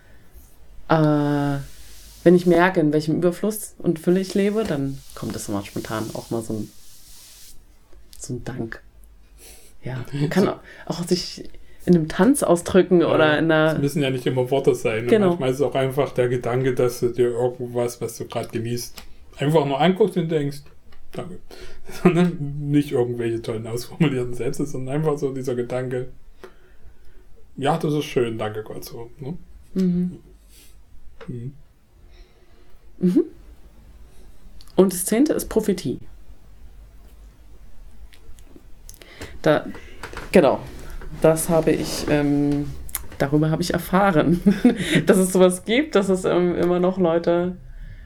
wenn ich merke, in welchem Überfluss und Fülle ich lebe, dann kommt es immer spontan auch mal so ein Dank. Ja, man kann auch sich in einem Tanz ausdrücken oder in einer... Es müssen ja nicht immer Worte sein. Genau. Manchmal ist es auch einfach der Gedanke, dass du dir irgendwas, was du gerade genießt, einfach nur anguckst und denkst, danke. Sondern nicht irgendwelche tollen ausformulierten Sätze, sondern einfach so dieser Gedanke, ja, das ist schön, danke Gott, so. Ne? Mhm. Mhm. Mhm. Und das 10. ist Prophetie. Genau, das habe ich, darüber habe ich erfahren, dass es sowas gibt, dass es immer noch Leute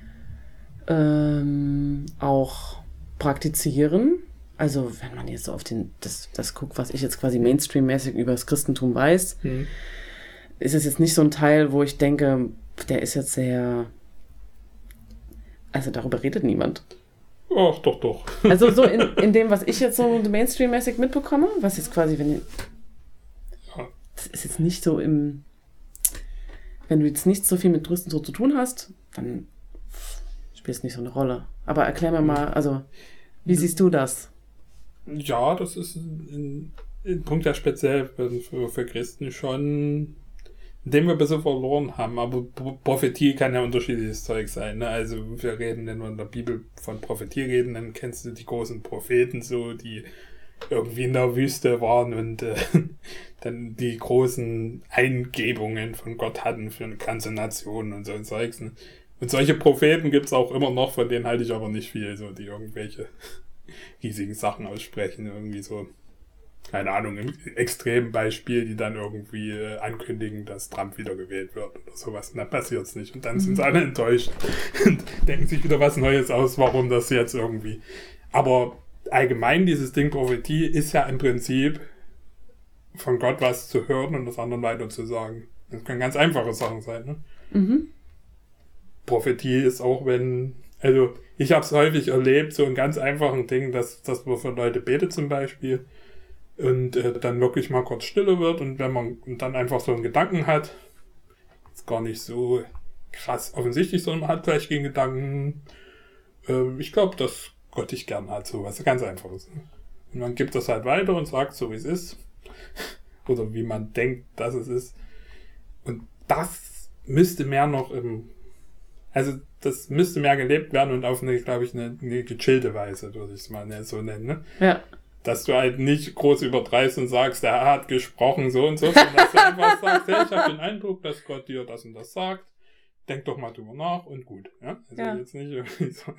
auch praktizieren. Also wenn man jetzt so auf das guckt, was ich jetzt quasi mainstream-mäßig über das Christentum weiß, ist es jetzt nicht so ein Teil, wo ich denke, der ist jetzt sehr... Also darüber redet niemand. Ach, doch. Also so in dem, was ich jetzt so mainstream-mäßig mitbekomme, was jetzt quasi, das ist jetzt nicht so wenn du jetzt nicht so viel mit Christentum zu tun hast, dann spielt es nicht so eine Rolle. Aber erklär mir mal, also, wie siehst du das? Ja, das ist ein Punkt, der speziell für Christen schon, den wir ein bisschen verloren haben. Aber Prophetie kann ja unterschiedliches Zeug sein. Ne? Also wir reden, wenn wir in der Bibel von Prophetie reden, dann kennst du die großen Propheten so, die irgendwie in der Wüste waren und dann die großen Eingebungen von Gott hatten für eine ganze Nation und so ein Zeugs. Ne? Und solche Propheten gibt's auch immer noch, von denen halte ich aber nicht viel, so die irgendwelche riesigen Sachen aussprechen, irgendwie so, keine Ahnung, im Extrembeispiel, die dann irgendwie ankündigen, dass Trump wiedergewählt wird oder sowas. Und dann passiert's nicht. Und dann sind sie alle enttäuscht und denken sich wieder was Neues aus, warum das jetzt irgendwie. Aber allgemein dieses Ding Prophetie ist ja im Prinzip von Gott was zu hören und das anderen weiter zu sagen. Das können ganz einfache Sachen sein, ne? Mhm. Prophetie ist auch, also ich habe es häufig erlebt, so ein ganz einfachen Ding, dass man für Leute betet zum Beispiel und dann wirklich mal kurz Stille wird und wenn man dann einfach so einen Gedanken hat, ist gar nicht so krass offensichtlich, sondern man hat vielleicht den Gedanken, ich glaube, dass Gott dich gern hat, so was ganz Einfaches. Ne? Und man gibt das halt weiter und sagt so, wie es ist oder wie man denkt, dass es ist. Und das müsste mehr noch das müsste mehr gelebt werden und auf eine, glaube ich, eine gechillte Weise, würde ich es mal so nennen. Ne? Ja. Dass du halt nicht groß übertreibst und sagst, der Herr hat gesprochen, so und so, sondern dass du einfach sagst, hey, ich habe den Eindruck, dass Gott dir das und das sagt. Denk doch mal drüber nach und gut. Ja? Also jetzt nicht irgendwie so.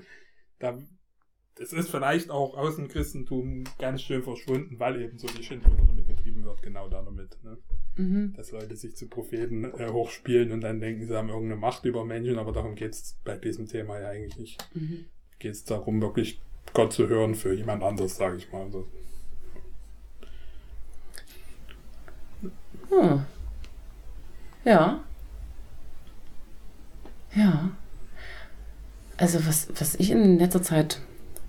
Es ist vielleicht auch aus dem Christentum ganz schön verschwunden, weil eben so die Schindluder damit betrieben wird, genau damit. Ne? Mhm. Dass Leute sich zu Propheten hochspielen und dann denken, sie haben irgendeine Macht über Menschen, aber darum geht's bei diesem Thema ja eigentlich nicht. Mhm. Geht's darum, wirklich Gott zu hören für jemand anderes, sage ich mal. Also. Ja. Ja. Also was ich in letzter Zeit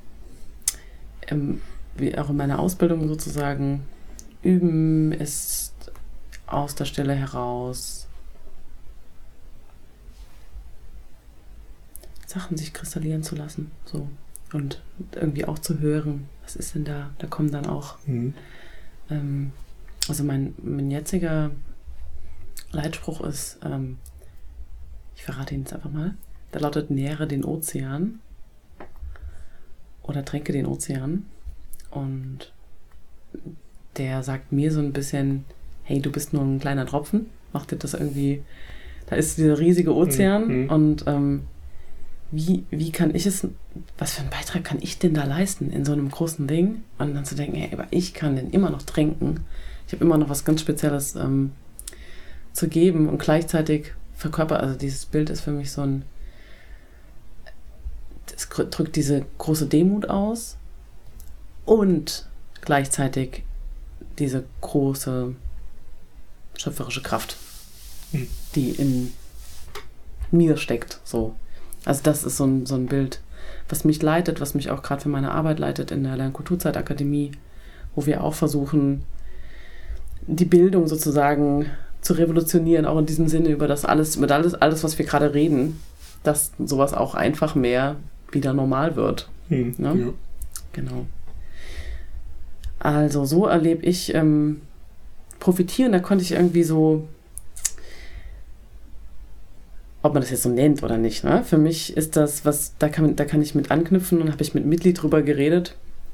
wie auch in meiner Ausbildung sozusagen üben, ist aus der Stille heraus Sachen sich kristallieren zu lassen, so, und irgendwie auch zu hören, was ist denn da? Da kommen dann auch also mein jetziger Leitspruch ist, ich verrate ihn jetzt einfach mal, der lautet: nähere den Ozean oder tränke den Ozean. Und der sagt mir so ein bisschen, hey, du bist nur ein kleiner Tropfen, mach dir das irgendwie, da ist dieser riesige Ozean und wie kann ich es, was für einen Beitrag kann ich denn da leisten in so einem großen Ding? Und dann zu denken, hey, aber ich kann den immer noch tränken, ich habe immer noch was ganz Spezielles zu geben und gleichzeitig verkörper, also dieses Bild ist für mich so ein, es drückt diese große Demut aus und gleichzeitig diese große schöpferische Kraft, die in mir steckt. So. Also das ist so ein Bild, was mich leitet, was mich auch gerade für meine Arbeit leitet in der Lernkulturzeitakademie, wo wir auch versuchen, die Bildung sozusagen zu revolutionieren, auch in diesem Sinne über das alles, was wir gerade reden, dass sowas auch einfach mehr wieder normal wird. Ne? Ja. Genau. Also so erlebe ich profitieren, da konnte ich irgendwie so, ob man das jetzt so nennt oder nicht, ne? Für mich ist das, da kann ich mit anknüpfen und habe ich mit Mitglied drüber geredet.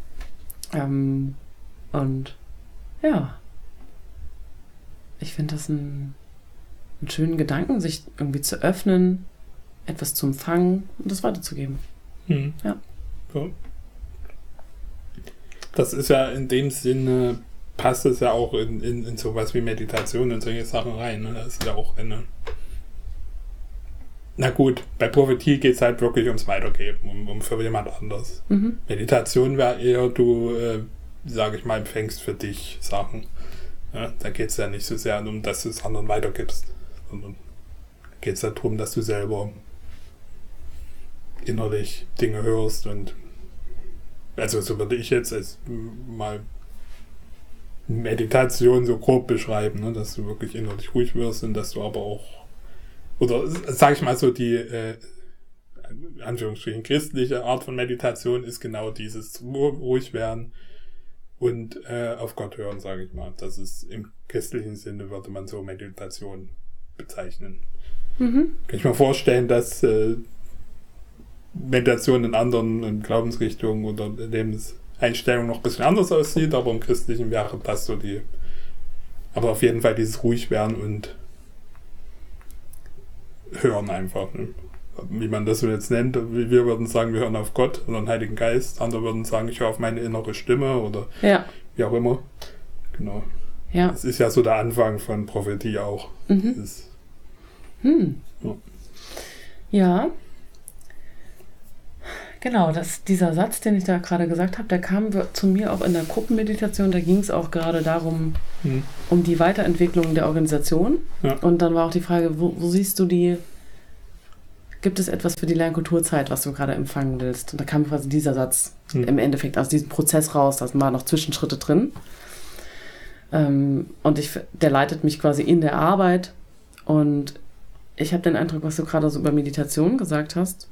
Und ja, ich finde das einen schönen Gedanken, sich irgendwie zu öffnen, etwas zu empfangen und das weiterzugeben. Ja. So. Das ist ja in dem Sinne, passt es ja auch in sowas wie Meditation und solche Sachen rein. Ne? Das ist ja auch na gut, bei Prophetie geht es halt wirklich ums Weitergeben, um für jemand anders. Meditation wäre eher, du, sage ich mal, empfängst für dich Sachen. Ja, da geht es ja nicht so sehr um, dass du es anderen weitergibst, sondern geht es darum, dass du selber innerlich Dinge hörst und also so würde ich jetzt mal Meditation so grob beschreiben, ne, dass du wirklich innerlich ruhig wirst und dass du aber auch, oder sag ich mal so, die in Anführungsstrichen christliche Art von Meditation ist genau dieses ruhig werden und auf Gott hören, sage ich mal. Das ist im christlichen Sinne, würde man so Meditation bezeichnen. Kann ich mir vorstellen, dass Meditation in anderen Glaubensrichtungen oder Lebenseinstellungen noch ein bisschen anders aussieht, aber im Christlichen wäre das so aber auf jeden Fall dieses ruhig werden und hören einfach. Ne? Wie man das so jetzt nennt, wir würden sagen, wir hören auf Gott oder den Heiligen Geist, andere würden sagen, ich höre auf meine innere Stimme oder wie auch immer. Genau. Ja. Das ist ja so der Anfang von Prophetie auch. Ja. Genau, dieser Satz, den ich da gerade gesagt habe, der kam zu mir auch in der Gruppenmeditation, da ging es auch gerade darum, um die Weiterentwicklung der Organisation. Ja. Und dann war auch die Frage, wo siehst du gibt es etwas für die Lernkulturzeit, was du gerade empfangen willst? Und da kam quasi dieser Satz im Endeffekt aus diesem Prozess raus, da waren noch Zwischenschritte drin. Und der leitet mich quasi in der Arbeit und ich habe den Eindruck, was du gerade so über Meditation gesagt hast,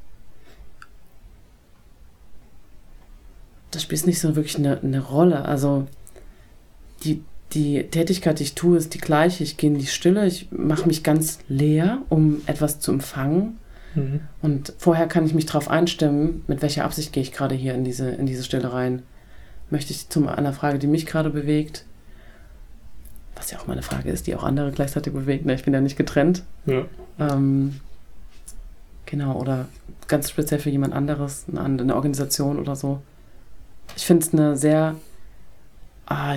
das spielt nicht so wirklich eine Rolle. Also die Tätigkeit, die ich tue, ist die gleiche. Ich gehe in die Stille, ich mache mich ganz leer, um etwas zu empfangen. Und vorher kann ich mich darauf einstimmen, mit welcher Absicht gehe ich gerade hier in diese Stille rein. Möchte ich zu einer Frage, die mich gerade bewegt, was ja auch meine Frage ist, die auch andere gleichzeitig bewegt. Ne? Ich bin ja nicht getrennt. Ja. Genau, oder ganz speziell für jemand anderes, eine Organisation oder so. Ich finde es eine sehr, mal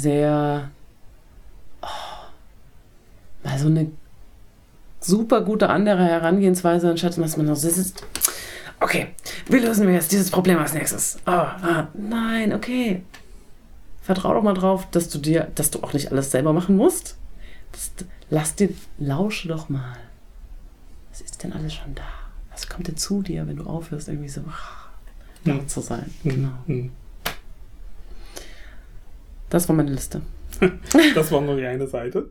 so eine super gute andere Herangehensweise, anstatt dass man noch so ist, okay, wie lösen wir jetzt dieses Problem als nächstes? Nein, okay. Vertrau doch mal drauf, dass du auch nicht alles selber machen musst. Lausche doch mal. Was ist denn alles schon da? Was kommt denn zu dir, wenn du aufhörst, irgendwie so laut zu sein? Genau. Das war meine Liste. Das war nur die eine Seite.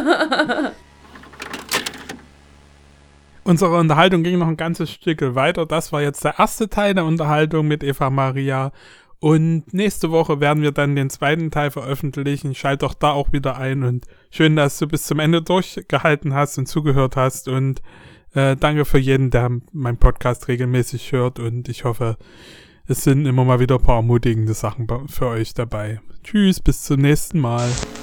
Unsere Unterhaltung ging noch ein ganzes Stück weiter. Das war jetzt der erste Teil der Unterhaltung mit Eva Maria. Und nächste Woche werden wir dann den zweiten Teil veröffentlichen. Schalt doch da auch wieder ein. Und schön, dass du bis zum Ende durchgehalten hast und zugehört hast. Und danke für jeden, der meinen Podcast regelmäßig hört. Und ich hoffe, es sind immer mal wieder ein paar ermutigende Sachen für euch dabei. Tschüss, bis zum nächsten Mal.